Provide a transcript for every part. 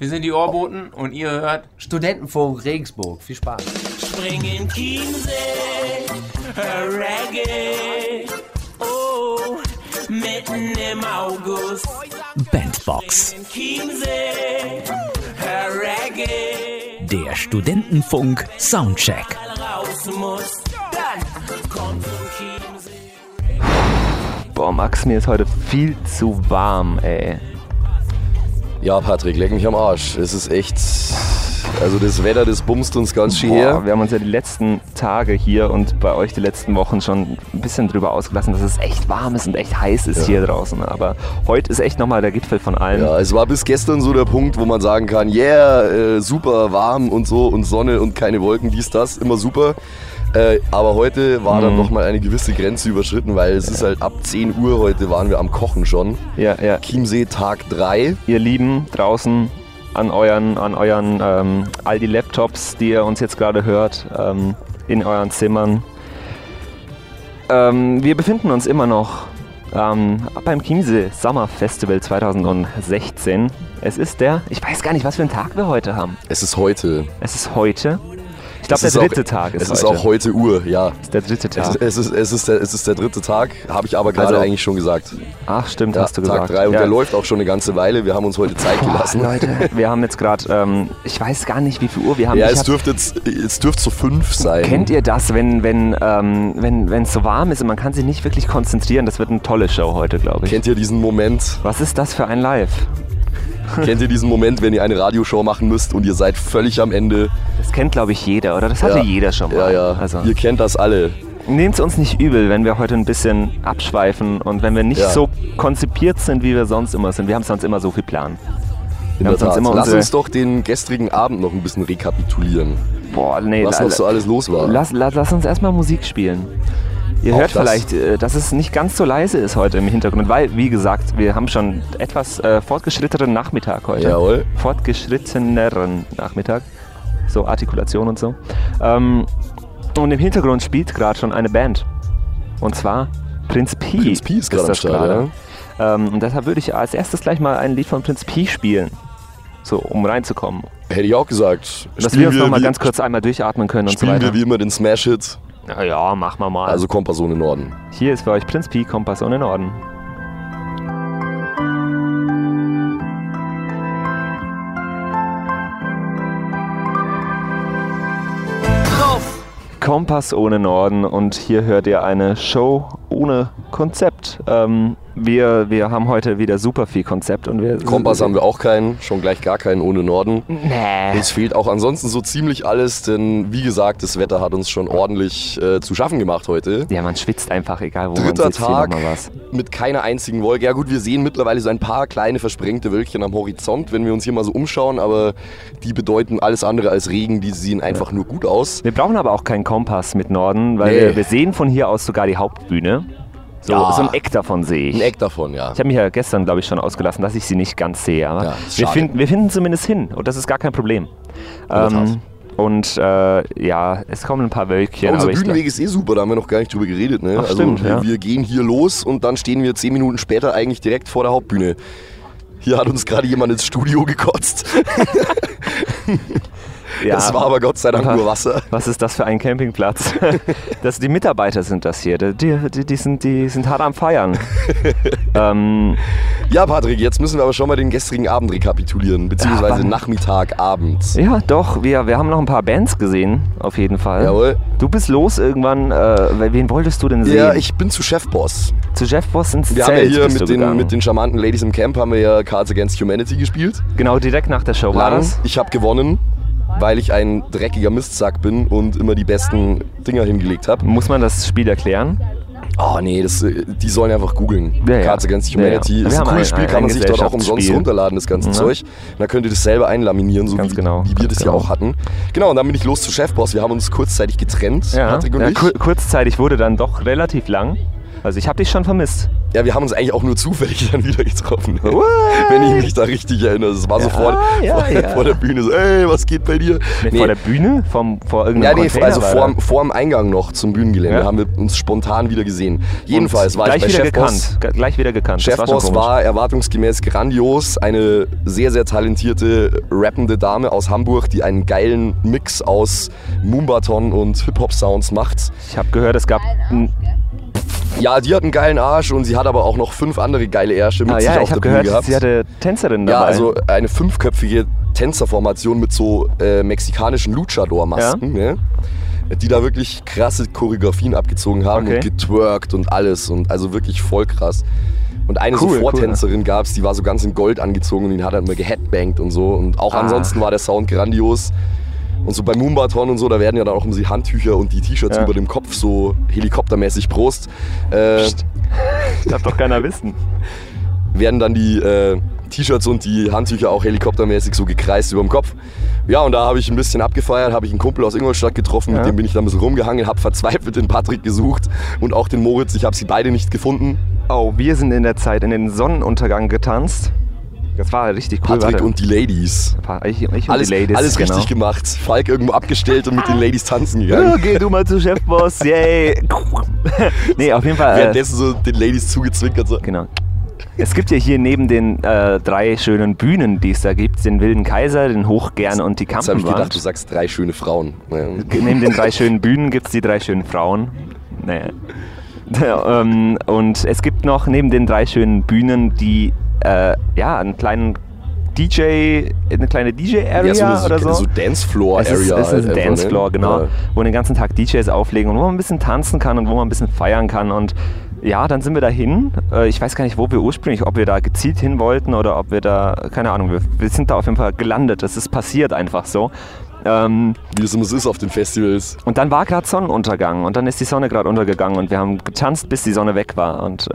Wir sind die Ohrboten und ihr hört Studentenfunk Regensburg. Viel Spaß. Spring in Chiemsee, Reggae, oh, mitten im August. Bandbox. In Chiemsee, Reggae, Der Studentenfunk Soundcheck. raus muss, dann kommt zum Chiemsee. Boah, Max, mir ist heute viel zu warm, ey. Ja, Patrick, leck mich am Arsch. Es ist echt, also das Wetter, das bumst uns ganz schön her. Wir haben uns ja die letzten Tage hier und bei euch die letzten Wochen schon ein bisschen drüber ausgelassen, dass es echt warm ist und echt heiß ist hier draußen. Aber heute ist echt nochmal der Gipfel von allem. Ja, es war bis gestern so der Punkt, wo man sagen kann, super warm und so und Sonne und keine Wolken, dies, das, immer super. Aber heute war dann nochmal eine gewisse Grenze überschritten, weil es ist halt ab 10 Uhr heute waren wir am Kochen schon. Ja. Chiemsee Tag 3. Ihr Lieben draußen an euren all die Laptops, die ihr uns jetzt gerade hört, in euren Zimmern. Wir befinden uns immer noch beim Chiemsee Summer Festival 2016. Es ist ich weiß gar nicht, was für einen Tag wir heute haben. Es ist heute. Ich glaube, der dritte Tag ist heute. Es ist auch heute Uhr, ja. Das ist der dritte Tag. Es ist der dritte Tag, habe ich aber gerade eigentlich schon gesagt. Ach stimmt, hast du Tag gesagt. 3 und der läuft auch schon eine ganze Weile. Wir haben uns heute Zeit gelassen. Leute, wir haben jetzt gerade, ich weiß gar nicht, wie viel Uhr wir haben. Ja, es dürfte so 5 sein. Kennt ihr das, wenn es so warm ist und man kann sich nicht wirklich konzentrieren? Das wird eine tolle Show heute, glaube ich. Kennt ihr diesen Moment? Was ist das für ein Live? Kennt ihr diesen Moment, wenn ihr eine Radioshow machen müsst und ihr seid völlig am Ende? Das kennt, glaube ich, jeder, oder? Das hatte jeder schon mal. Ja. Also, ihr kennt das alle. nehmt es uns nicht übel, wenn wir heute ein bisschen abschweifen und wenn wir nicht so konzipiert sind, wie wir sonst immer sind. Wir haben sonst immer so viel Plan. In der Tat. Lass uns doch den gestrigen Abend noch ein bisschen rekapitulieren. Boah, nee. Was noch so alles los war. Lass uns erstmal Musik spielen. Ihr hört vielleicht, dass es nicht ganz so leise ist heute im Hintergrund, weil, wie gesagt, wir haben schon etwas fortgeschrittenen Nachmittag heute. Jawohl. Fortgeschritteneren Nachmittag. So Artikulation und so. Und im Hintergrund spielt gerade schon eine Band. Und zwar Prinz Pi. Prinz Pi ist gerade am Start, ja. Und deshalb würde ich als erstes gleich mal ein Lied von Prinz Pi spielen. So, um reinzukommen. Hätte ich auch gesagt. Dass wir uns nochmal ganz kurz einmal durchatmen können und so weiter. Spielen wir wie immer den Smash-Hit. Ja, machen wir mal. Also Kompass ohne Norden. Hier ist für euch Prinz Pi, Kompass ohne Norden. Kompass ohne Norden und hier hört ihr eine Show ohne Konzept. Wir haben heute wieder super viel Konzept und Kompass haben wir auch keinen, schon gleich gar keinen ohne Norden. Nee. Es fehlt auch ansonsten so ziemlich alles, denn wie gesagt, das Wetter hat uns schon ordentlich zu schaffen gemacht heute. Ja, man schwitzt einfach, egal wo man Dritter sitzt. Tag mit keiner einzigen Wolke. Ja gut, wir sehen mittlerweile so ein paar kleine versprengte Wölkchen am Horizont, wenn wir uns hier mal so umschauen, aber die bedeuten alles andere als Regen, die sehen einfach nur gut aus. Wir brauchen aber auch keinen Kompass mit Norden, weil wir sehen von hier aus sogar die Hauptbühne. So ein Eck davon sehe ich. Ein Eck davon, ja. Ich habe mich ja gestern, glaube ich, schon ausgelassen, dass ich sie nicht ganz sehe. Aber wir finden zumindest hin und das ist gar kein Problem. Es kommen ein paar Wölkchen. Unser Bühnenweg ist super, da haben wir noch gar nicht drüber geredet. Ne? Ach, stimmt, wir gehen hier los und dann stehen wir 10 Minuten später eigentlich direkt vor der Hauptbühne. Hier hat uns gerade jemand ins Studio gekotzt. Ja, das war aber Gott sei Dank nur Wasser. Was ist das für ein Campingplatz? Die Mitarbeiter sind das hier. Die sind hart am Feiern. Ja, Patrick, jetzt müssen wir aber schon mal den gestrigen Abend rekapitulieren, beziehungsweise Nachmittag, Abend. Ja, doch. Wir haben noch ein paar Bands gesehen, auf jeden Fall. Jawohl. Du bist los irgendwann. Wen wolltest du denn sehen? Ja, ich bin zu Chefboss. Zu Chefboss ins Zelt. Wir haben ja hier mit den charmanten Ladies im Camp haben wir ja Cards Against Humanity gespielt. Genau, direkt nach der Show war das. Ich habe gewonnen, weil ich ein dreckiger Mistsack bin und immer die besten Dinger hingelegt habe. Muss man das Spiel erklären? Oh nee, die sollen einfach googeln. Ja. Cards Against Humanity. Ja. Das ist ein cooles Spiel, kann man sich dort auch umsonst runterladen, das ganze Zeug. Und dann könnt ihr das selber einlaminieren, so wie wir das ja auch hatten. Genau, und dann bin ich los zu Chefboss. Wir haben uns kurzzeitig getrennt, Patrick und ich. Kurzzeitig wurde dann doch relativ lang. Also ich habe dich schon vermisst. Ja, wir haben uns eigentlich auch nur zufällig dann wieder getroffen. Wenn ich mich da richtig erinnere. Es war so vor der Bühne so, ey, was geht bei dir? Nee. Vor der Bühne? Vor irgendeinem Container? Also vor dem Eingang noch zum Bühnengelände haben wir uns spontan wieder gesehen. Jedenfalls war ich bei Chefboss. Gleich wieder gekannt. Chefboss war erwartungsgemäß grandios. Eine sehr, sehr talentierte, rappende Dame aus Hamburg, die einen geilen Mix aus Moombaton und Hip-Hop-Sounds macht. Ich habe gehört, es gab... Ja, die hat einen geilen Arsch und sie hat aber auch noch 5 andere geile Ärsche mit sich auf der Bühne gehabt. Sie hatte Tänzerinnen dabei. Ja, also eine 5-köpfige Tänzerformation mit so mexikanischen Luchador-Masken, ne? Die da wirklich krasse Choreografien abgezogen haben und getwerkt und alles und also wirklich voll krass. Und eine so Vortänzerin gab's, die war so ganz in Gold angezogen und die hat dann immer geheadbangt und so und auch ansonsten war der Sound grandios. Und so bei Moombaton und so, da werden ja dann auch immer die Handtücher und die T-Shirts über dem Kopf so helikoptermäßig Prost. Darf doch keiner wissen. Werden dann die T-Shirts und die Handtücher auch helikoptermäßig so gekreist über dem Kopf. Ja, und da habe ich ein bisschen abgefeiert, habe ich einen Kumpel aus Ingolstadt getroffen, mit dem bin ich dann ein bisschen rumgehangen, habe verzweifelt den Patrick gesucht und auch den Moritz. Ich habe sie beide nicht gefunden. Oh, wir sind in der Zeit in den Sonnenuntergang getanzt. Das war richtig cool. Patrick und die Ladies. Ich und alles, die Ladies. Alles richtig gemacht. Falk irgendwo abgestellt und mit den Ladies tanzen gegangen. Ja, geh du mal zu Chefboss, yay. Nee, auf jeden Fall. Währenddessen so den Ladies zugezwinkert. So. Genau. Es gibt ja hier neben den 3 schönen Bühnen, die es da gibt, den Wilden Kaiser, den Hochgern und die Kampenwand. Jetzt habe ich gedacht, du sagst 3 schöne Frauen. Naja. Neben den 3 schönen Bühnen gibt es die 3 schönen Frauen. Naja. Und es gibt noch neben den 3 schönen Bühnen die einen kleinen eine kleine DJ-Area oder so. So Dancefloor-Area. Es ist ein Dancefloor, genau. Ja. Wo den ganzen Tag DJs auflegen und wo man ein bisschen tanzen kann und wo man ein bisschen feiern kann. Und ja, dann sind wir dahin. Ich weiß gar nicht, wo wir ursprünglich, ob wir da gezielt hin wollten oder ob wir da, keine Ahnung, wir sind da auf jeden Fall gelandet. Das ist passiert einfach so. Wie das immer ist auf den Festivals. Und dann war gerade Sonnenuntergang und dann ist die Sonne gerade untergegangen und wir haben getanzt, bis die Sonne weg war und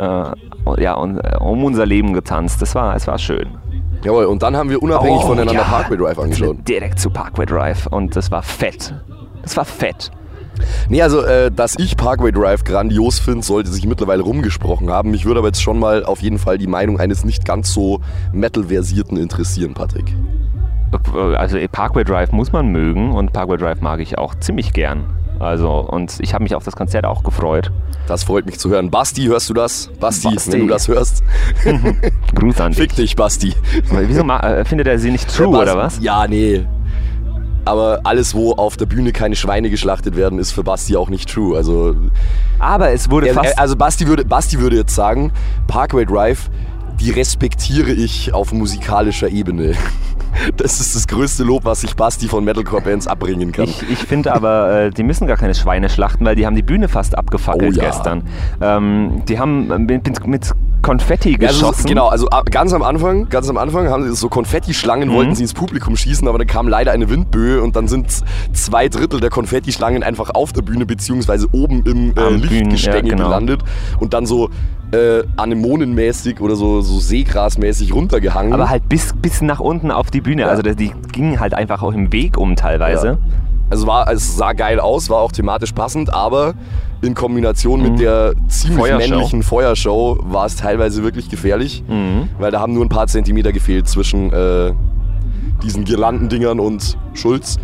um unser Leben getanzt. Es war schön. Jawohl, und dann haben wir unabhängig voneinander Parkway Drive angeschaut. Direkt zu Parkway Drive und das war fett. Das war fett. Nee, also, dass ich Parkway Drive grandios finde, sollte sich mittlerweile rumgesprochen haben. Mich würde aber jetzt schon mal auf jeden Fall die Meinung eines nicht ganz so Metal-Versierten interessieren, Patrick. Also Parkway Drive muss man mögen und Parkway Drive mag ich auch ziemlich gern. Also, und ich habe mich auf das Konzert auch gefreut. Das freut mich zu hören. Basti, hörst du das? Basti. Wenn du das hörst. Gruß an dich. Fick dich, Basti. Wieso findet er sie nicht true, oder was? Ja, nee. Aber alles, wo auf der Bühne keine Schweine geschlachtet werden, ist für Basti auch nicht true. Also, aber es wurde fast... Also Basti würde jetzt sagen, Parkway Drive, die respektiere ich auf musikalischer Ebene. Das ist das größte Lob, was sich Basti von Metalcore-Bands abbringen kann. Ich finde aber, die müssen gar keine Schweine schlachten, weil die haben die Bühne fast abgefackelt gestern. Die haben mit Konfetti geschossen. Genau, also ganz am Anfang haben sie so Konfettischlangen, wollten sie ins Publikum schießen, aber dann kam leider eine Windböe und dann sind 2/3 der Konfettischlangen einfach auf der Bühne beziehungsweise oben im Lichtgestänge gelandet und dann so anemonenmäßig oder so seegrasmäßig runtergehangen. Aber halt bis nach unten auf die Bühne, also die gingen halt einfach auch im Weg um teilweise. Ja. Also es sah geil aus, war auch thematisch passend, aber in Kombination mit der ziemlich männlichen Feuershow war es teilweise wirklich gefährlich, weil da haben nur ein paar Zentimeter gefehlt zwischen diesen Girlandendingern und Schulz.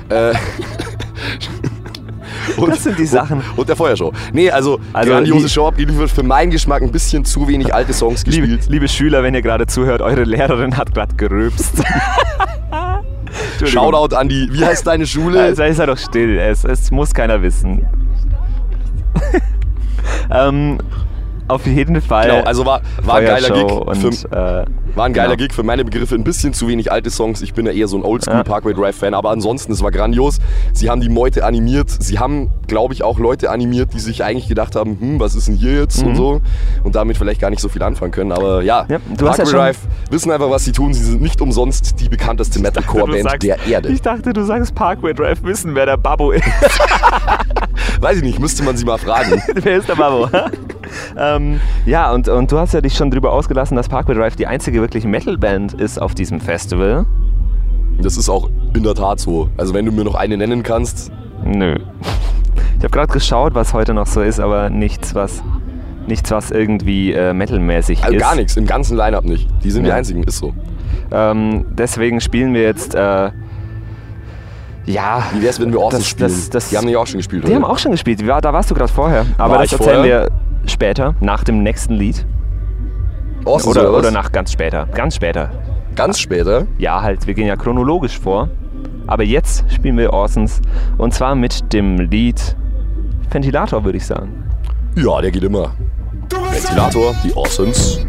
Das sind die Sachen. Und der Feuershow. Nee, also grandiose Show abgeliefert, für meinen Geschmack ein bisschen zu wenig alte Songs gespielt. Liebe Schüler, wenn ihr gerade zuhört, eure Lehrerin hat gerade gerülpst. Shoutout an die, wie heißt deine Schule? Sei doch still, es muss keiner wissen. Auf jeden Fall. Genau, also war ein geiler Gig. War ein geiler Genau. Gig für meine Begriffe. Ein bisschen zu wenig alte Songs. Ich bin ja eher so ein Oldschool Parkway Drive Fan, aber ansonsten, es war grandios. Sie haben die Meute animiert. Sie haben, glaube ich, auch Leute animiert, die sich eigentlich gedacht haben, was ist denn hier jetzt und so. Und damit vielleicht gar nicht so viel anfangen können. Aber ja, Parkway Drive wissen einfach, was sie tun. Sie sind nicht umsonst die bekannteste Metalcore-Band der Erde. Ich dachte, du sagst Parkway Drive wissen, wer der Babbo ist. Weiß ich nicht, müsste man sie mal fragen. Wer ist der Babbo? Ja, und du hast ja dich schon drüber ausgelassen, dass Parkway Drive die einzige wirklich Metal-Band ist auf diesem Festival. Das ist auch in der Tat so. Also wenn du mir noch eine nennen kannst. Nö. Ich habe gerade geschaut, was heute noch so ist, aber nichts, was Nichts, was irgendwie metalmäßig Also ist. gar nichts, im ganzen Line-Up nicht. Die sind die Ja. einzigen, ist so. Deswegen spielen wir jetzt, ja... Wie wär's, wenn wir Orsons spielen? Die haben nicht auch schon gespielt, Die oder? haben auch schon gespielt, da warst du gerade vorher. Aber War das ich erzählen vorher? wir später, nach dem nächsten Lied. Orsons was? Oder nach ganz später. Ganz später? Ja, halt, wir gehen ja chronologisch vor. Aber jetzt spielen wir Orsons. Und zwar mit dem Lied Ventilator, würde ich sagen. Ja, der geht immer. Ventilator, die Orsons.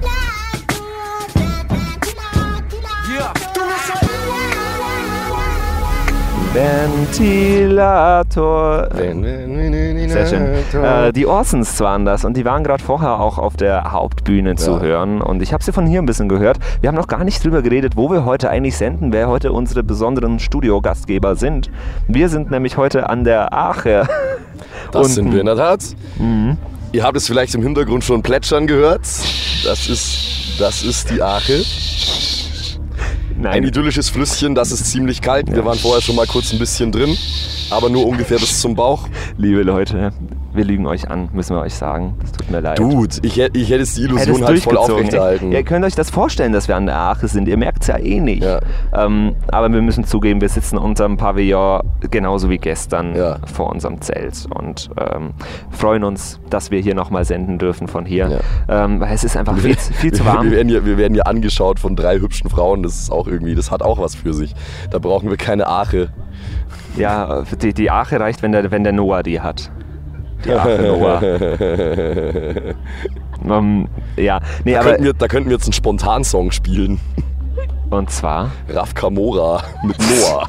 Ventilator. Sehr schön. Die Orsons waren das und die waren gerade vorher auch auf der Hauptbühne zu hören und ich habe sie von hier ein bisschen gehört. Wir haben noch gar nicht drüber geredet, wo wir heute eigentlich senden, wer heute unsere besonderen Studiogastgeber sind. Wir sind nämlich heute an der Ache. Das sind wir in der Tat. Ihr habt es vielleicht im Hintergrund schon plätschern gehört. Das ist die Ache. Ein Nein, idyllisches Flüsschen, das ist ziemlich kalt. Wir waren vorher schon mal kurz ein bisschen drin, aber nur ungefähr bis zum Bauch. liebe Leute, wir lügen euch an, müssen wir euch sagen. Das tut mir leid. Dude, ich hätte es die Hätte Illusion es halt voll durchgezogen. aufrechterhalten. Ihr könnt euch das vorstellen, dass wir an der Ache sind. Ihr merkt es ja eh nicht. Ja. Aber wir müssen zugeben, wir sitzen unterm Pavillon genauso wie gestern Ja. vor unserem Zelt und freuen uns, dass wir hier nochmal senden dürfen von hier. Weil es ist einfach viel zu warm. Wir werden hier angeschaut von 3 hübschen Frauen. Das ist auch irgendwie, das hat auch was für sich. Da brauchen wir keine Ache. Ja, die Ache reicht, wenn der Noah die hat. Die Ache Noah. Ja, nee, aber... Da könnten wir jetzt einen Spontansong spielen. Und zwar? Raf Kamora mit Noah.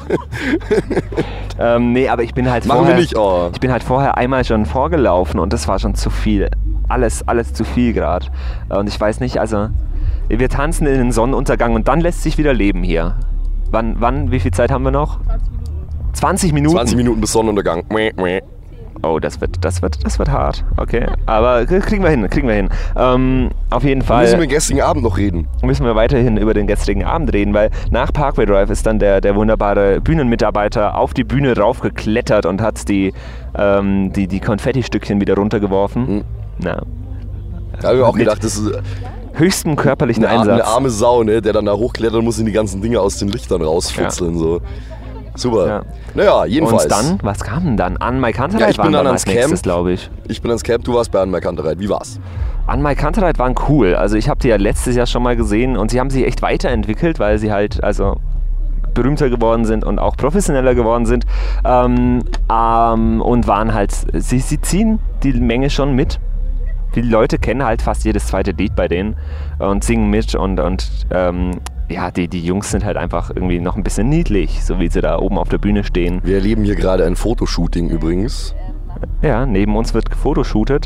Nee, aber ich bin halt Machen wir nicht, oh. Ich bin halt vorher einmal schon vorgelaufen und das war schon zu viel. Alles zu viel gerade. Und ich weiß nicht, also wir tanzen in den Sonnenuntergang und dann lässt sich wieder leben hier. Wie viel Zeit haben wir noch? 20 Minuten? 20 Minuten bis Sonnenuntergang. Oh, das wird hart. Okay, aber kriegen wir hin. Auf jeden Fall Müssen wir den gestrigen Abend noch reden. müssen wir weiterhin über den gestrigen Abend reden, weil nach Parkway Drive ist dann der wunderbare Bühnenmitarbeiter auf die Bühne raufgeklettert und hat die Konfetti-Stückchen wieder runtergeworfen. Na, Da habe ich auch Mit gedacht, das ist höchsten körperlichen eine Einsatz. arme Sau, ne, der dann da hochklettern muss und die ganzen Dinge aus den Lichtern rausfutzeln. So. Super. Ja. Naja, jedenfalls. Und dann, was kam denn dann? An My Kantereit Ja, ich bin waren dann dann ans als nächstes, Camp. glaube ich. Ich bin ans Camp, du warst bei Anne Kantereit. Wie war's? An My Kantereit waren cool. Also ich habe die ja letztes Jahr schon mal gesehen und sie haben sich echt weiterentwickelt, weil sie halt also berühmter geworden sind und auch professioneller geworden sind. Und waren halt, sie ziehen die Menge schon mit. Die Leute kennen halt fast jedes zweite Lied bei denen und singen mit und ja, die Jungs sind halt einfach irgendwie noch ein bisschen niedlich, so wie sie da oben auf der Bühne stehen. Wir erleben hier gerade ein Fotoshooting übrigens. Ja, neben uns wird gefotoshootet.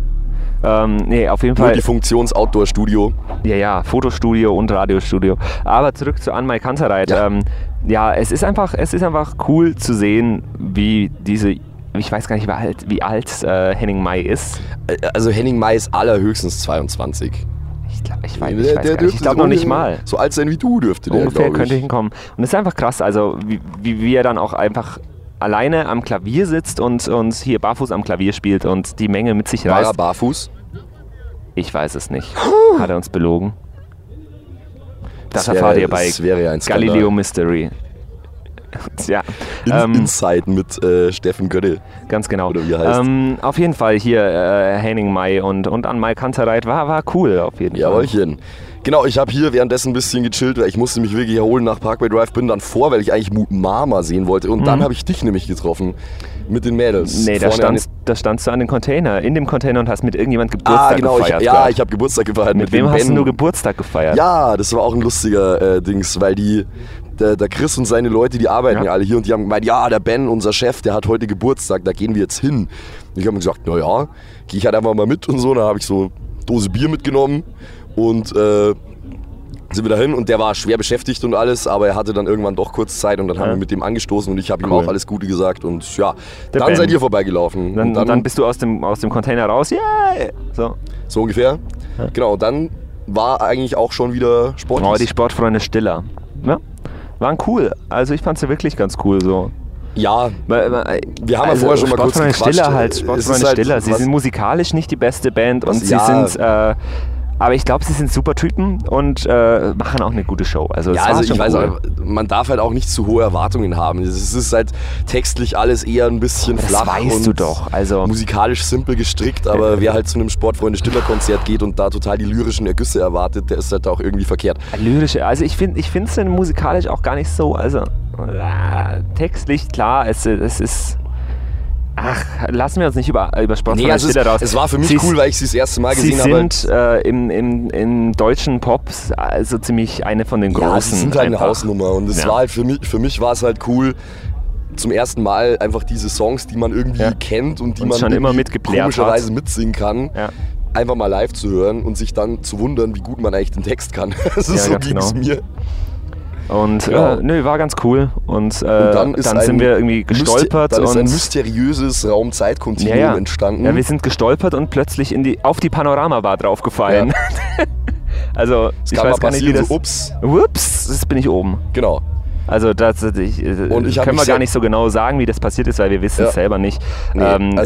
Nee, auf jeden Fall. Multifunktions-Outdoor-Studio. Ja, Fotostudio und Radiostudio. Aber zurück zu An My Kantereit. Ja. Ja, es ist einfach cool zu sehen, wie diese, ich weiß gar nicht, wie alt Henning May ist. Also Henning May ist allerhöchstens 22. Ich weiß gar nicht. Ich glaube noch nicht mal. So alt sein wie du dürfte der, Ungefähr glaub ich. könnte hinkommen. Und es ist einfach krass, also wie er dann auch einfach alleine am Klavier sitzt und hier barfuß am Klavier spielt und die Menge mit sich War er reißt. barfuß? Ich weiß es nicht. Hat er uns belogen? Das wäre- erfahrt ihr bei das wäre ja ein Skandal. Galileo Mystery. Ja, Inside mit Steffen Gödde. ganz genau. Oder wie er heißt. Auf jeden Fall hier Henning May und An My Kantereit war cool auf jeden Fall. Jawohlchen. Genau, ich habe hier währenddessen ein bisschen gechillt, weil ich musste mich wirklich erholen nach Parkway Drive, bin dann vor, weil ich eigentlich Moot Mama sehen wollte und dann habe ich dich nämlich getroffen mit den Mädels. Nee, da Vorne standst du an den Container, in dem Container und hast mit irgendjemand Ah, Geburtstag genau, gefeiert. ich habe Geburtstag gefeiert Mit wem dem hast Ben. du Geburtstag gefeiert? Ja, das war auch ein lustiger Dings, weil der Chris und seine Leute, die arbeiten ja alle hier und die haben gemeint, ja, der Ben, unser Chef, der hat heute Geburtstag, da gehen wir jetzt hin. Und ich habe mir gesagt, naja, gehe ich halt einfach mal mit und so. Dann habe ich so Dose Bier mitgenommen und sind wir dahin und der war schwer beschäftigt und alles, aber er hatte dann irgendwann doch kurz Zeit und dann haben wir mit dem angestoßen und ich habe ihm Cool. auch alles Gute gesagt und ja, Der dann Ben. seid ihr vorbeigelaufen. Dann, und dann bist du aus dem Container raus. Yeah! So ungefähr. Genau, dann war eigentlich auch schon wieder Sport. Oh, die Sportfreunde Stiller. Ja? Waren cool. Also ich fand sie wirklich ganz cool so. Ja, wir haben ja vorher schon mal kurz Sportfreunde gequatscht. Stiller halt, Sportfreunde halt Stiller. Sie sind musikalisch nicht die beste Band und sie sind... aber ich glaube, sie sind super Typen und machen auch eine gute Show. Also, ja, also ich weiß auch, man darf halt auch nicht zu hohe Erwartungen haben. Es ist halt textlich alles eher ein bisschen flach weißt und du doch. Also, musikalisch simpel gestrickt, aber wer halt zu einem Sportfreunde-Stiller-Konzert geht und da total die lyrischen Ergüsse erwartet, der ist halt auch irgendwie verkehrt. Lyrische, also ich finde es musikalisch auch gar nicht so, also textlich, klar, es ist... Ach, lassen wir uns nicht über Sportfreunde Stiller raus. Es war für mich cool, weil ich sie das erste Mal gesehen habe. Sie sind im deutschen Pop also ziemlich eine von den großen. Ja, sie sind halt eine Hausnummer und es war halt für mich war es halt cool, zum ersten Mal einfach diese Songs, die man irgendwie kennt und die man schon immer komischerweise mitsingen kann, ja. einfach mal live zu hören und sich dann zu wundern, wie gut man eigentlich den Text kann. So ging es mir. Und war ganz cool. Und dann sind wir irgendwie gestolpert. Dann ist ein mysteriöses Raum-Zeit-Kontinuum entstanden. Ja, wir sind gestolpert und plötzlich auf die Panorama-Bar draufgefallen. Ja. Also, es ich kann weiß gar nicht, wie das... So, ups, jetzt bin ich oben. Genau. Also können wir gar nicht so genau sagen, wie das passiert ist, weil wir wissen es selber nicht. Nee,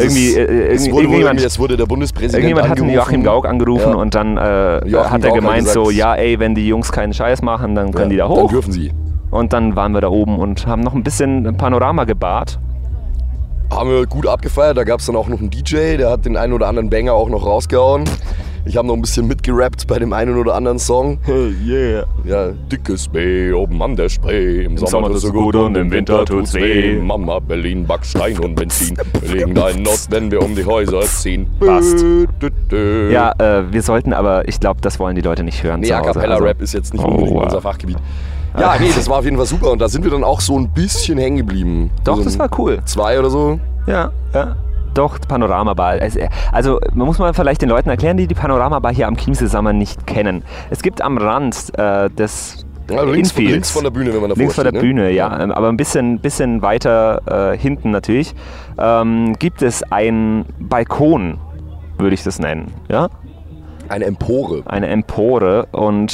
es wurde der Bundespräsident irgendjemand hat Joachim Gauck angerufen und dann hat er gemeint gesagt, so, wenn die Jungs keinen Scheiß machen, dann können die da hoch. Dann dürfen sie. Und dann waren wir da oben und haben noch ein bisschen Panorama gebart. Haben wir gut abgefeiert, da gab es dann auch noch einen DJ, der hat den einen oder anderen Banger auch noch rausgehauen. Ich habe noch ein bisschen mitgerappt bei dem einen oder anderen Song. Yeah. Ja, dickes B oben an der Spree. Im Sommer tut's so gut und im Winter tut's weh. Mama, Berlin, Backstein und Benzin. Wir legen da in Not, wenn wir um die Häuser ziehen. Passt. Ja, wir sollten aber, ich glaube, das wollen die Leute nicht hören. Nee, A Cappella Rap ist jetzt nicht unbedingt unser Fachgebiet. Ja, nee, das war auf jeden Fall super und da sind wir dann auch so ein bisschen hängen geblieben. Doch, das war cool. 2 oder so. Ja. Doch, Panorama-Bar. Also man muss mal vielleicht den Leuten erklären, die Panorama-Bar hier am Chiemsee-Sommer nicht kennen. Es gibt am Rand des links von der Bühne, wenn man davor Links von der Bühne, ja. Aber ein bisschen weiter hinten natürlich, gibt es einen Balkon, würde ich das nennen. Ja? Eine Empore. Eine Empore und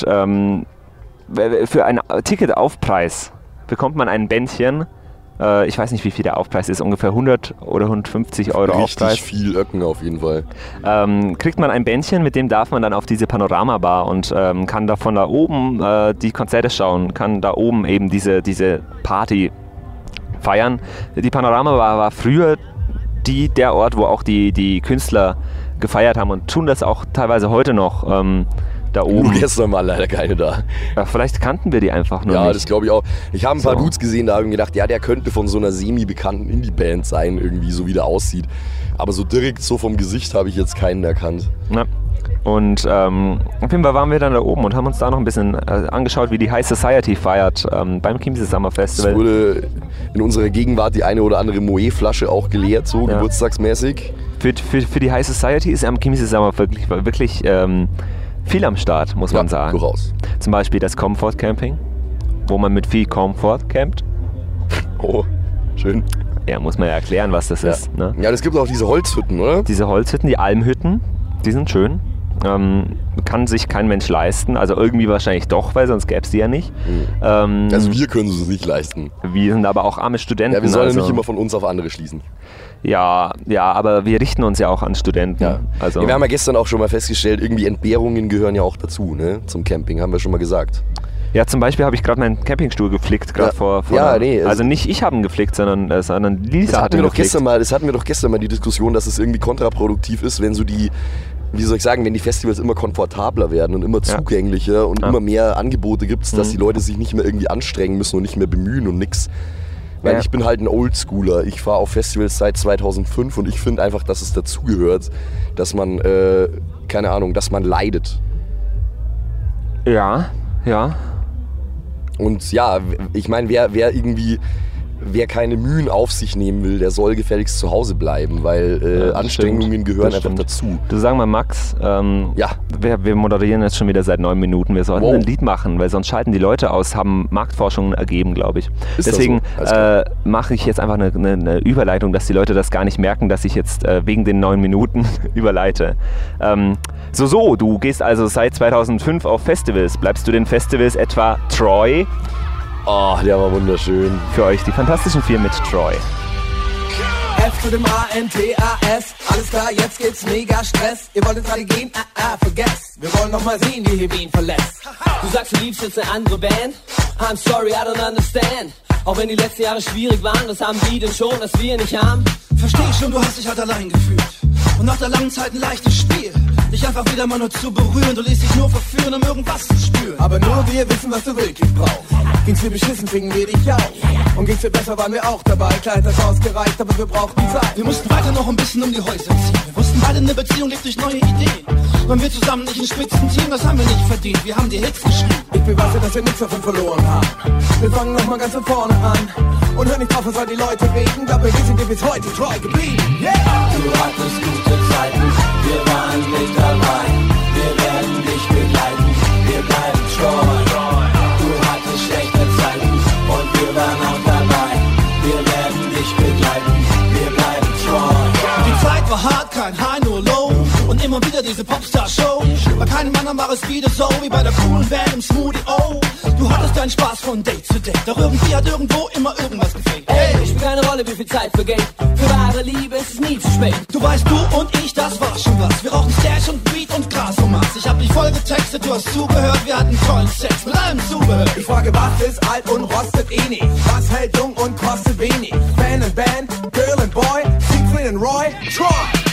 für einen Ticketaufpreis bekommt man ein Bändchen. Ich weiß nicht, wie viel der Aufpreis ist, ungefähr 100 oder 150 Euro Aufpreis. Richtig viel Öcken auf jeden Fall. Kriegt man ein Bändchen, mit dem darf man dann auf diese Panorama-Bar und kann da von da oben die Konzerte schauen, kann da oben eben diese Party feiern. Die Panorama-Bar war früher der Ort, wo auch die Künstler gefeiert haben und tun das auch teilweise heute noch. Da oben. Nur gestern war leider keine da. Ja, vielleicht kannten wir die einfach nur nicht. Ja, das glaube ich auch. Ich habe ein paar Dudes gesehen, da habe ich mir gedacht, der könnte von so einer semi-bekannten Indie-Band sein, irgendwie so wie der aussieht. Aber so direkt so vom Gesicht habe ich jetzt keinen erkannt. Ja. Und auf jeden Fall waren wir dann da oben und haben uns da noch ein bisschen angeschaut, wie die High Society feiert beim Chiemsee Summer Festival. Es wurde in unserer Gegenwart die eine oder andere Moët-Flasche auch geleert, so geburtstagsmäßig. Für die High Society ist am Chiemsee Summer wirklich viel am Start, muss man sagen. Durchaus. Zum Beispiel das Comfort Camping, wo man mit viel Comfort campt. Oh, schön. Ja, muss man ja erklären, was das ist. Ne? Ja, es gibt auch diese Holzhütten, oder? Diese Holzhütten, die Almhütten, die sind schön. Kann sich kein Mensch leisten, also irgendwie wahrscheinlich doch, weil sonst gäbe es die ja nicht. Also wir können es uns nicht leisten. Wir sind aber auch arme Studenten. Ja, wir sollen nicht immer von uns auf andere schließen. Ja, aber wir richten uns ja auch an Studenten. Ja. Also wir haben ja gestern auch schon mal festgestellt, irgendwie Entbehrungen gehören ja auch dazu, ne? Zum Camping, haben wir schon mal gesagt. Ja, zum Beispiel habe ich gerade meinen Campingstuhl geflickt, gerade vor also nicht ich habe ihn geflickt, sondern Lisa hat ihn geflickt. Das hatten wir doch gestern mal die Diskussion, dass es irgendwie kontraproduktiv ist, wenn so wenn die Festivals immer komfortabler werden und immer zugänglicher und immer mehr Angebote gibt es, dass die Leute sich nicht mehr irgendwie anstrengen müssen und nicht mehr bemühen und nix. Weil ich bin halt ein Oldschooler. Ich fahre auf Festivals seit 2005 und ich finde einfach, dass es dazugehört, dass man, dass man leidet. Ja. Und ja, ich meine, wer keine Mühen auf sich nehmen will, der soll gefälligst zu Hause bleiben, weil Anstrengungen gehören einfach dazu. Du, sag mal, Max, wir moderieren jetzt schon wieder seit 9 Minuten. Wir sollten ein Lied machen, weil sonst schalten die Leute aus, haben Marktforschungen ergeben, glaube ich. Deswegen mache ich jetzt einfach eine Überleitung, dass die Leute das gar nicht merken, dass ich jetzt wegen den 9 Minuten überleite. Du gehst also seit 2005 auf Festivals. Bleibst du den Festivals etwa treu? Oh, der war wunderschön. Für euch die Fantastischen Vier mit Troy. F zu dem A-N-T-A-S. Alles klar, jetzt gibt's mega Stress. Ihr wollt ins Radio gehen? Vergesst. Wir wollen noch mal sehen, wie ihr Wien verlässt. Du sagst, du liebst jetzt eine andere Band. I'm sorry, I don't understand. Auch wenn die letzten Jahre schwierig waren, was haben die denn schon, das wir nicht haben? Versteh schon, du hast dich halt allein gefühlt. Und nach der langen Zeit ein leichtes Spiel. Dich einfach wieder mal nur zu berühren. Du lässt dich nur verführen, um irgendwas zu spüren. Aber nur wir wissen, was du wirklich brauchst. Ging's dir beschissen, fingen wir dich auf. Und ging's dir besser, waren wir auch dabei. Klar hat das ausgereicht, aber wir brauchten Zeit. Wir mussten weiter noch ein bisschen um die Häuser ziehen. Wir wussten beide, eine Beziehung lebt durch neue Ideen. Waren wir zusammen nicht ein Spitzenteam, das haben wir nicht verdient. Wir haben die Hits geschrieben. Ich beweise, dass wir nichts davon verloren haben. Wir fangen nochmal ganz von vorne an. Und hör nicht drauf, was all die Leute reden. Glaub mir, wir sind dir bis heute treu geblieben. Yeah! Du hattest gute Zeiten, wir waren mit dabei. Wir werden dich begleiten, wir bleiben treu. Du hattest schlechte Zeiten und wir waren auch dabei. Wir werden dich begleiten, wir bleiben treu. Die Zeit war hart, kein High, nur Low. Und immer wieder diese Popstar-Show. Bei keinem anderen war es wieder so wie bei der coolen Band im Smoothie. Oh, du hattest deinen Spaß von Date zu Date. Doch irgendwie hat irgendwo immer irgendwas gefehlt. Ey, spielt keine Rolle, wie viel Zeit vergeht. Für wahre Liebe ist es nie zu spät. Du weißt, du und ich, das war schon was. Wir rauchen Stash und Beat und Gras und Maß. Ich hab dich voll getextet, du hast zugehört. Wir hatten tollen Sex mit allem Zubehör. Ich frage, was ist alt und rostet eh nicht? Was hält jung und kostet wenig? Fan and Band, Girl and Boy, Siegfried and Roy, Troy!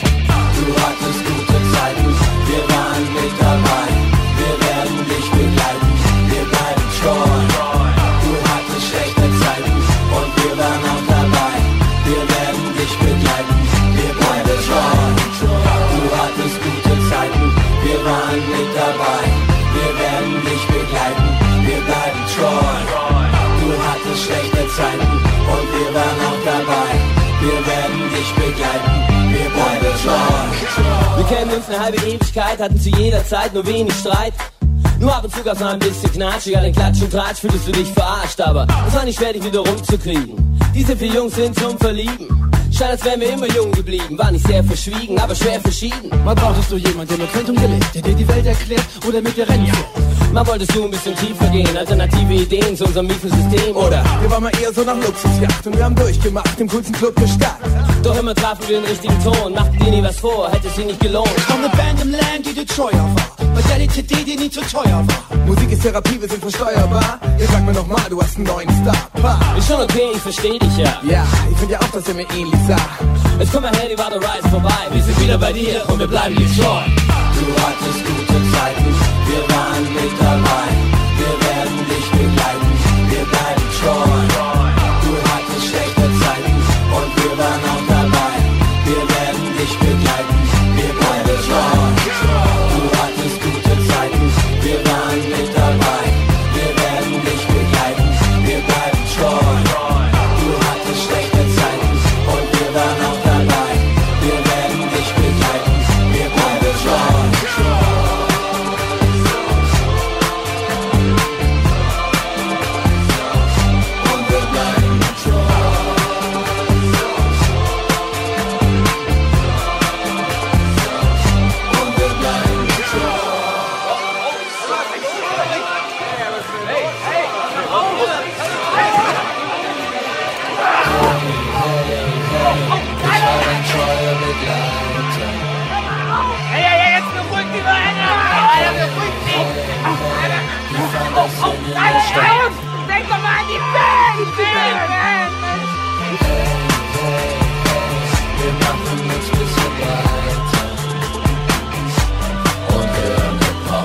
Du hattest gute Zeiten, wir waren mit dabei. Wir werden dich begleiten, wir bleiben treu. Du hattest schlechte Zeiten und wir waren auch dabei. Wir werden dich begleiten, wir bleiben treu. Du hattest gute Zeiten, wir waren mit dabei. Wir werden dich begleiten, wir bleiben treu. Du hattest schlechte Zeiten und wir waren auch dabei. Wir werden dich begleiten, wir bleiben treu. Wir kennen uns eine halbe Ewigkeit, hatten zu jeder Zeit nur wenig Streit. Nur ab und zu gab's mal ein bisschen Knatsch, an den Klatsch und Tratsch fühltest du dich verarscht, aber es war nicht schwer, dich wieder rumzukriegen. Diese vier Jungs sind zum Verlieben. Scheint, als wären wir immer jung geblieben. War nicht sehr verschwiegen, aber schwer verschieden. Mal brauchtest du jemanden, der mit Quantum gelebt, der dir die Welt erklärt oder mit dir rennt. Mal wolltest du ein bisschen tiefer gehen, alternative Ideen zu unserem Miefensystem, oder? Wir waren mal eher so nach Luxusjacht und wir haben durchgemacht, im coolsten Club der Stadt. Doch immer trafen wir den richtigen Ton, machten dir nie was vor, hätte sie nicht gelohnt. Ich war eine Band im Land, die dir treuer war, bei der die CD dir nie zu teuer war. Musik ist Therapie, wir sind versteuerbar. Jetzt sag mir nochmal, du hast einen neuen Star. Ist schon okay, ich versteh dich ja. Ja, ich find ja auch, dass er mir ähnlich sah. Jetzt komm mal her, die war der Rise vorbei. Wir sind wieder bei dir und wir bleiben dir treu. Du hattest gute Zeiten, wir waren mit dabei. Wir werden dich begleiten, wir bleiben treu. Du hattest schlechte Zeiten und wir waren auch dabei. Wir werden dich begleiten, wir bleiben treu. Du hattest gute Zeiten, wir waren mit dabei. Wir werden dich begleiten, wir bleiben treu. Du hattest schlechte Zeiten und wir waren auch dabei. Wir werden dich begleiten, wir bleiben treu. Denk doch mal an die Band! Wir machen uns ein bisschen weiter und hören Hip-Hop.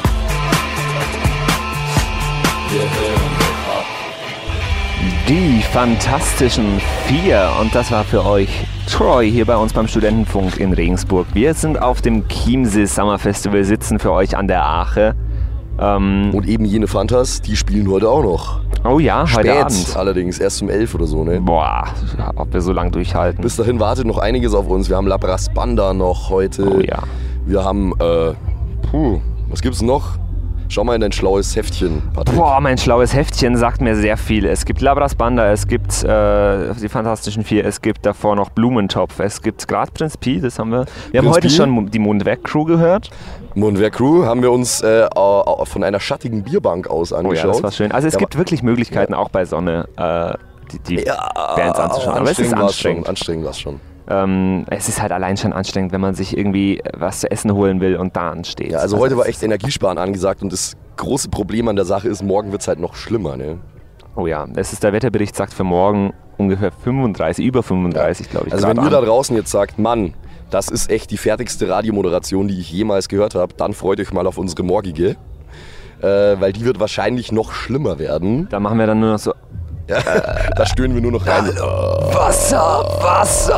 Wir hören Hip-Hop. Die Fantastischen Vier. Und das war für euch Troy hier bei uns beim Studentenfunk in Regensburg. Wir sind auf dem Chiemsee Summer Festival, sitzen für euch an der Ache. Und eben jene Fantas, die spielen heute auch noch. Oh ja, heute Spät Abend. Allerdings, erst um 11 oder so, ne? Boah, ob wir so lange durchhalten. Bis dahin wartet noch einiges auf uns. Wir haben Labras Banda noch heute. Oh ja. Wir haben, was gibt's noch? Schau mal in dein schlaues Heftchen, Patrick. Boah, mein schlaues Heftchen sagt mir sehr viel. Es gibt La Brass Banda, es gibt die Fantastischen Vier, es gibt davor noch Blumentopf, es gibt gerade Prinz Pi, das haben wir. Wir haben heute schon die Mundwerk-Crew gehört. Mundwerk-Crew haben wir uns von einer schattigen Bierbank aus angeschaut. Oh ja, das war schön. Also es gibt wirklich Möglichkeiten, auch bei Sonne die Bands anzuschauen. Aber es ist anstrengend. Anstrengend war es schon. Es ist halt allein schon anstrengend, wenn man sich irgendwie was zu essen holen will und da ansteht. Ja, also heute war echt Energiesparen angesagt und das große Problem an der Sache ist, morgen wird es halt noch schlimmer, ne? Oh ja, der Wetterbericht sagt für morgen ungefähr 35, über 35, glaube ich. Also wenn ihr da draußen jetzt sagt, Mann, das ist echt die fertigste Radiomoderation, die ich jemals gehört habe, dann freut euch mal auf unsere morgige, weil die wird wahrscheinlich noch schlimmer werden. Da machen wir dann nur noch so... Ja, da stöhnen wir nur noch rein. Wasser!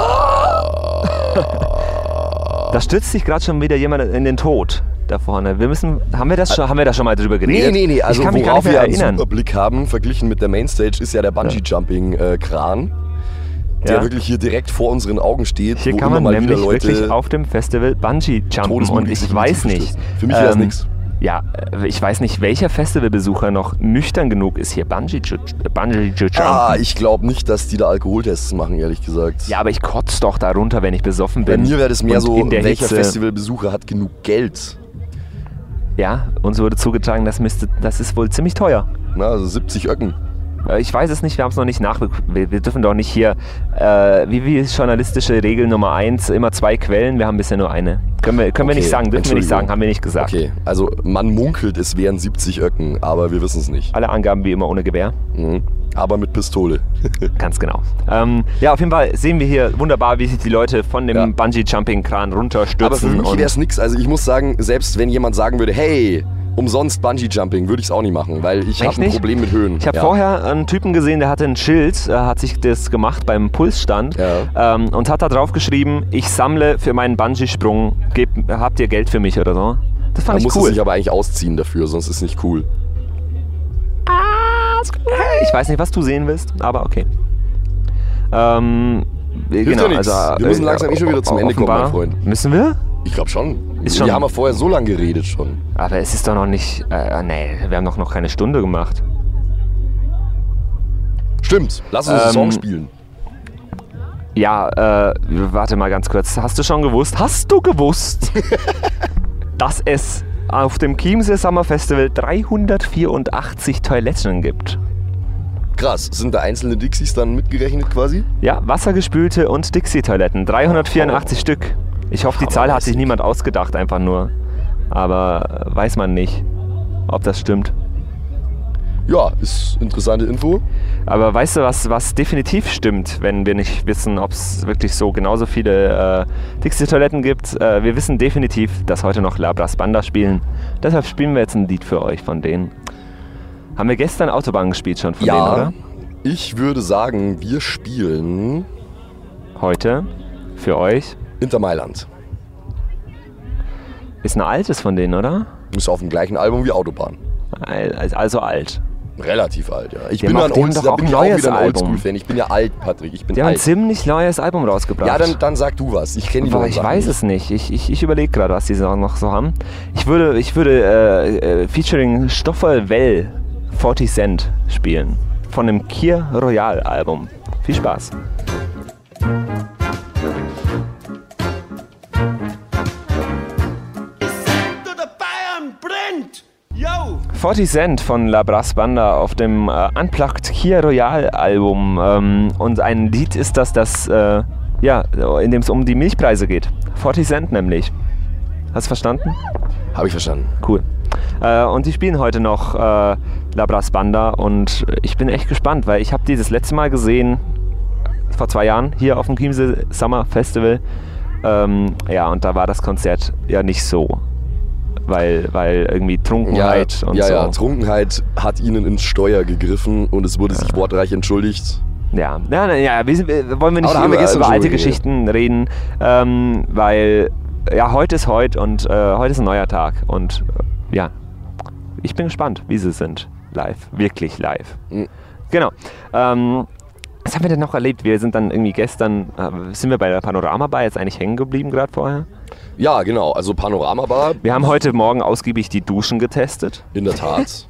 Da stürzt sich gerade schon wieder jemand in den Tod da vorne. Haben wir da schon mal drüber geredet? Nee. Also ich kann mich gar worauf nicht mehr wir einen erinnern. Überblick haben, verglichen mit der Mainstage, ist ja der Bungee-Jumping-Kran, der wirklich hier direkt vor unseren Augen steht. Hier wo kann man immer mal nämlich wieder Leute wirklich auf dem Festival Bungee-Jumpen und ich weiß nicht. Für mich wäre es nichts. Ja, ich weiß nicht, welcher Festivalbesucher noch nüchtern genug ist, hier Bungee zu jumpen. Ich glaube nicht, dass die da Alkoholtests machen, ehrlich gesagt. Ja, aber ich kotze doch darunter, wenn ich besoffen bin. Bei mir wäre das mehr und so, welcher Hitze, Festivalbesucher hat genug Geld? Ja, uns wurde zugetragen, das ist wohl ziemlich teuer. Na, also 70 Öcken. Ich weiß es nicht, wir haben es noch nicht wir dürfen doch nicht hier, wie journalistische Regel Nummer 1, immer 2 Quellen, wir haben bisher nur eine. Können wir nicht sagen, dürfen wir nicht sagen, haben wir nicht gesagt. Okay, also man munkelt, es wären 70 Öcken, aber wir wissen es nicht. Alle Angaben wie immer ohne Gewehr. Mhm. Aber mit Pistole. Ganz genau. Ja, auf jeden Fall sehen wir hier wunderbar, wie sich die Leute von dem Bungee-Jumping-Kran runterstürzen. Aber für mich wäre es nix. Also ich muss sagen, selbst wenn jemand sagen würde, hey, umsonst Bungee-Jumping, würde ich es auch nicht machen, weil ich habe ein Problem mit Höhen. Ich habe vorher einen Typen gesehen, der hatte ein Schild, hat sich das gemacht beim Pulsstand und hat da drauf geschrieben, ich sammle für meinen Bungee-Sprung, habt ihr Geld für mich oder so? Das fand ich cool. Man muss sich aber eigentlich ausziehen dafür, sonst ist es nicht cool. Ich weiß nicht, was du sehen willst, aber okay. Hilft ja nichts. Wir müssen langsam schon wieder zum Ende kommen, mein Freund. Müssen wir? Ich glaube schon. Wir haben ja vorher so lange geredet schon. Aber es ist doch noch nicht... nee, wir haben doch noch keine Stunde gemacht. Stimmt. Lass uns einen Song spielen. Ja, warte mal ganz kurz. Hast du gewusst, dass es auf dem Chiemsee Summer Festival 384 Toiletten gibt? Krass. Sind da einzelne Dixies dann mitgerechnet quasi? Ja, wassergespülte und Dixie-Toiletten. 384 Stück. Ich hoffe, die Zahl hat sich niemand ausgedacht, einfach nur. Aber weiß man nicht, ob das stimmt. Ja, ist interessante Info. Aber weißt du, was definitiv stimmt, wenn wir nicht wissen, ob es wirklich so genauso viele Dixie-Toiletten gibt? Wir wissen definitiv, dass heute noch La Brass Banda spielen. Deshalb spielen wir jetzt ein Lied für euch von denen. Haben wir gestern Autobahn gespielt schon von denen, oder? Ich würde sagen, wir spielen... Heute für euch... Inter Mailand. Ist ein altes von denen, oder? Ist auf dem gleichen Album wie Autobahn. Also alt. Relativ alt, ja. Ich bin ja auch wieder ein Oldschool-Fan. Ich bin ja alt, Patrick. Die haben ein ziemlich neues Album rausgebracht. Ja, dann sag du was. Ich kenne die Ich weiß es nicht. Ich überlege gerade, was die noch so haben. Ich würde featuring Stoffel Well 40 Cent spielen. Von dem Kir Royal Album. Viel Spaß. 40 Cent von La Brass Banda auf dem Unplugged Kir Royal Album. Und ein Lied ist das, in dem es um die Milchpreise geht. 40 Cent nämlich. Hast du verstanden? Habe ich verstanden. Cool. Und die spielen heute noch La Brass Banda und ich bin echt gespannt, weil ich habe die das letzte Mal gesehen, vor 2 Jahren, hier auf dem Chiemsee Summer Festival. Und da war das Konzert ja nicht so. Weil irgendwie Trunkenheit und so. Ja, Trunkenheit hat ihnen ins Steuer gegriffen und es wurde sich wortreich entschuldigt. Ja, wollen wir nicht über alte Geschichten reden, weil heute ist heute und heute ist ein neuer Tag und ich bin gespannt, wie sie sind live, wirklich live. Mhm. Genau. Was haben wir denn noch erlebt? Wir sind dann irgendwie gestern, sind wir bei der Panorama-Bar jetzt eigentlich hängen geblieben gerade vorher? Ja, genau, also Panorama-Bar. Wir haben heute Morgen ausgiebig die Duschen getestet. In der Tat.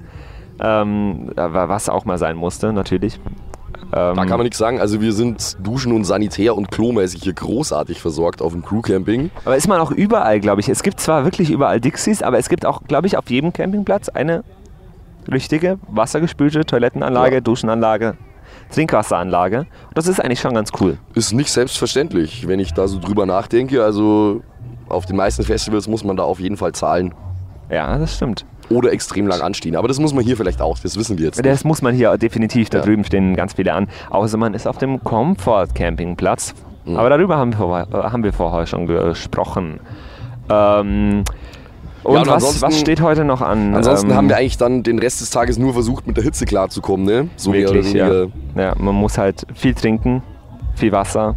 Was auch mal sein musste, natürlich. Da kann man nichts sagen. Also wir sind duschen- und sanitär- und klomäßig hier großartig versorgt auf dem Crewcamping. Aber ist man auch überall, glaube ich. Es gibt zwar wirklich überall Dixies, aber es gibt auch, glaube ich, auf jedem Campingplatz eine richtige wassergespülte Toilettenanlage, Duschenanlage, Trinkwasseranlage. Und das ist eigentlich schon ganz cool. Ist nicht selbstverständlich, wenn ich da so drüber nachdenke. Also auf den meisten Festivals muss man da auf jeden Fall zahlen. Ja, das stimmt. Oder extrem lang anstehen. Aber das muss man hier vielleicht auch, das wissen wir jetzt nicht. Das muss man hier definitiv, da drüben stehen ganz viele an. Außer man ist auf dem Comfort-Campingplatz. Aber darüber haben wir vorher schon gesprochen. Und was steht heute noch an? Ansonsten haben wir eigentlich dann den Rest des Tages nur versucht, mit der Hitze klarzukommen, ne? So wirklich, mehr oder weniger. Ja, man muss halt viel trinken, viel Wasser.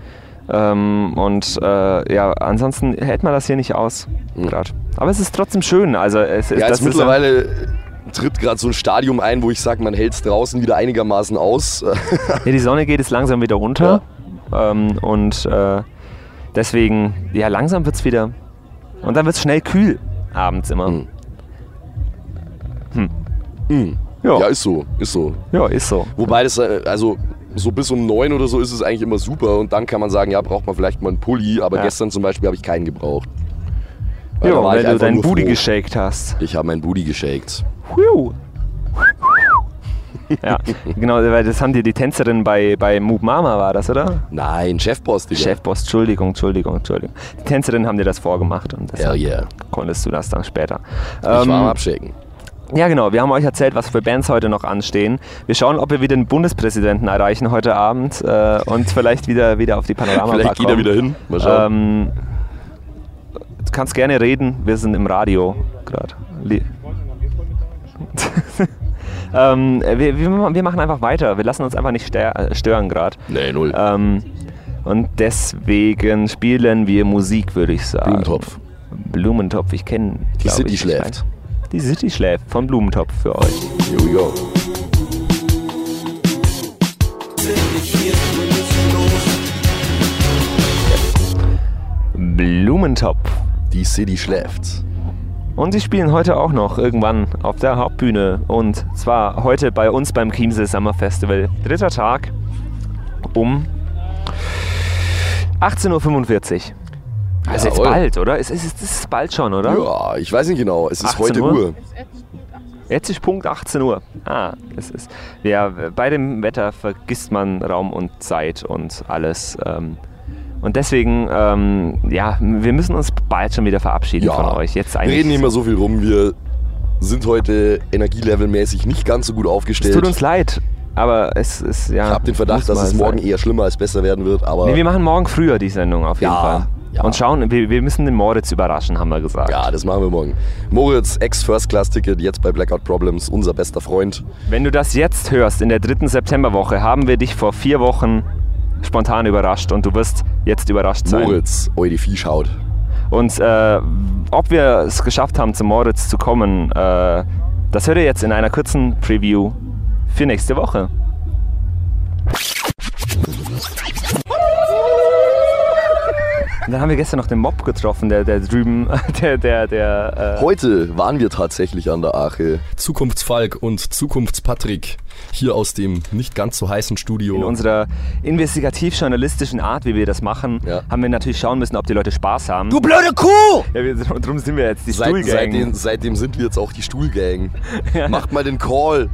Ansonsten hält man das hier nicht aus. Grad. Aber es ist trotzdem schön. Also mittlerweile tritt gerade so ein Stadium ein, wo ich sage, man hält es draußen wieder einigermaßen aus. Ja, die Sonne geht jetzt langsam wieder runter. Ja. Deswegen, ja, langsam wird es wieder. Und dann wird es schnell kühl. Abends immer. Ja, ist so. Ja, ist so. Wobei das, also so bis um 9 oder so ist es eigentlich immer super und dann kann man sagen, ja, braucht man vielleicht mal einen Pulli, aber gestern zum Beispiel habe ich keinen gebraucht. Weil du deinen Booty geshakt hast. Ich habe meinen Booty geshakt. Ja, genau, weil das haben die Tänzerin bei Moop Mama, war das, oder? Nein, Chefboss, Digga. Chefboss, Entschuldigung. Die Tänzerin haben dir das vorgemacht und deshalb konntest du das dann später. Ich war am Abschicken. Ja, genau. Wir haben euch erzählt, was für Bands heute noch anstehen. Wir schauen, ob wir wieder den Bundespräsidenten erreichen heute Abend und vielleicht wieder auf die Panorama-Bar Vielleicht geht er wieder hin. Mal schauen. Du kannst gerne reden. Wir sind im Radio gerade. Wir machen einfach weiter. Wir lassen uns einfach nicht stören gerade. Nee, null. Und deswegen spielen wir Musik, würde ich sagen. Blumentopf, ich kenne... Die City schläft. Die City schläft von Blumentopf für euch. Here we go. Blumentopf. Die City schläft. Und sie spielen heute auch noch irgendwann auf der Hauptbühne. Und zwar heute bei uns beim Chiemsee Summer Festival. 3. Tag um 18.45 Uhr. Also jetzt bald, oder? Es ist bald schon, oder? Ja, ich weiß nicht genau. Es ist heute Uhr. Uhr. Jetzt ist Punkt 18 Uhr. Es ist. Ja, bei dem Wetter vergisst man Raum und Zeit und alles. Und deswegen, wir müssen uns bald schon wieder verabschieden von euch. Jetzt eigentlich. Wir reden nicht mehr so viel rum. Wir sind heute energielevelmäßig nicht ganz so gut aufgestellt. Es tut uns leid, aber es ist, ja. Ich habe den Verdacht, dass es morgen eher schlimmer als besser werden wird. Aber wir machen morgen früher die Sendung auf jeden Fall. Ja. Und schauen, wir müssen den Moritz überraschen, haben wir gesagt. Ja, das machen wir morgen. Moritz, Ex-First-Class-Ticket, jetzt bei Blackout Problems, unser bester Freund. Wenn du das jetzt hörst, in der 3. Septemberwoche, haben wir dich vor 4 Wochen spontan überrascht und du wirst jetzt überrascht sein. Moritz, die Viehschaut. Und ob wir es geschafft haben, zum Moritz zu kommen, das hört ihr jetzt in einer kurzen Preview für nächste Woche. Und dann haben wir gestern noch den Mob getroffen, der drüben, Heute waren wir tatsächlich an der Ache. Zukunftsfalk und Zukunftspatrick hier aus dem nicht ganz so heißen Studio. In unserer investigativ-journalistischen Art, wie wir das machen, haben wir natürlich schauen müssen, ob die Leute Spaß haben. Du blöde Kuh! Ja, darum sind wir jetzt die Stuhlgang. Seitdem sind wir jetzt auch die Stuhlgang. Macht mal den Call.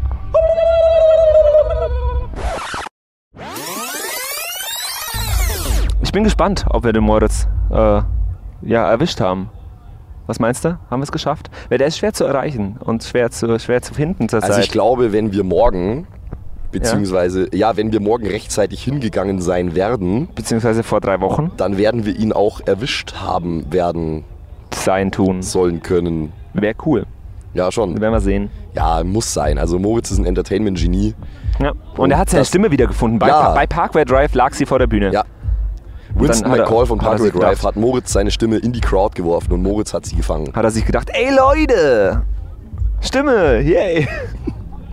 Ich bin gespannt, ob wir den Moritz erwischt haben. Was meinst du? Haben wir es geschafft? Weil der ist schwer zu erreichen und schwer zu finden zurzeit. Also ich glaube, wenn wir morgen, wenn wir morgen rechtzeitig hingegangen sein werden, beziehungsweise vor 3 Wochen, dann werden wir ihn auch erwischt haben sollen können. Wäre cool. Ja, schon. Werden wir sehen. Ja, muss sein. Also Moritz ist ein Entertainment-Genie. Ja. Und er hat seine Stimme wiedergefunden. Bei Parkway Drive lag sie vor der Bühne. Ja. Winston McCall von Parkway Drive hat Moritz seine Stimme in die Crowd geworfen und Moritz hat sie gefangen. Hat er sich gedacht, ey Leute, Stimme, yay.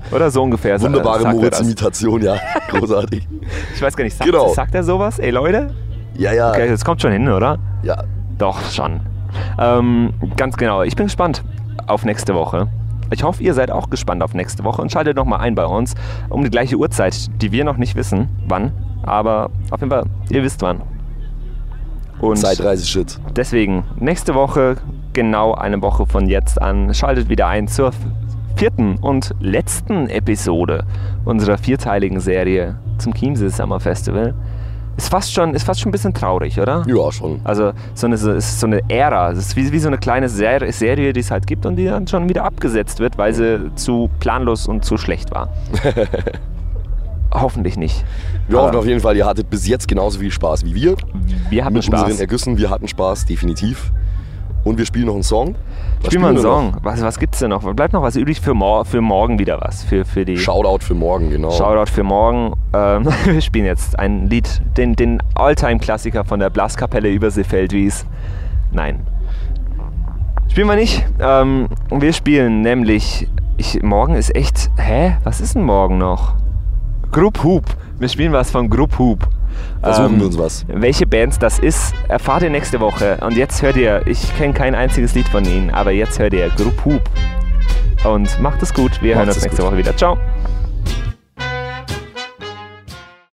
Oder so ungefähr. Wunderbare Moritz-Imitation, ja. Großartig. Ich weiß gar nicht, Genau. sagt er sowas? Ey Leute? Ja. Okay, das kommt schon hin, oder? Ja. Doch, schon. Ganz genau. Ich bin gespannt auf nächste Woche. Ich hoffe, ihr seid auch gespannt auf nächste Woche und schaltet nochmal ein bei uns um die gleiche Uhrzeit, die wir noch nicht wissen, wann. Aber auf jeden Fall, ihr wisst wann. Und Zeitreise-Shit. deswegen, nächste Woche, genau eine Woche von jetzt an, schaltet wieder ein zur 4. und letzten Episode unserer 4-teiligen Serie zum Chiemsee Summer Festival. Ist fast schon ein bisschen traurig, oder? Ja, schon. Also ist so eine Ära, es ist wie so eine kleine Serie, die es halt gibt und die dann schon wieder abgesetzt wird, weil sie zu planlos und zu schlecht war. Hoffentlich nicht. Wir hoffen auf jeden Fall, ihr hattet bis jetzt genauso viel Spaß wie wir. Wir hatten mit Spaß. unseren Ergüssen, wir hatten Spaß, definitiv. Und wir spielen noch einen Song. Spielen wir einen Song. Was gibt's denn noch? Bleibt noch was übrig für morgen wieder was? Für die Shoutout für morgen, genau. Shoutout für morgen. Wir spielen jetzt ein Lied, den Alltime-Klassiker von der Blaskapelle Überseefeldwies. Nein. Spielen wir nicht. Wir spielen nämlich... morgen ist echt... Was ist denn morgen noch? Group Hoop. Wir spielen was von Group Hoop. Versuchen wir uns was. Welche Bands das ist, erfahrt ihr nächste Woche. Und jetzt hört ihr, ich kenne kein einziges Lied von ihnen, aber jetzt hört ihr Group Hoop. Und macht es gut. Wir hören uns nächste Woche wieder. Ciao.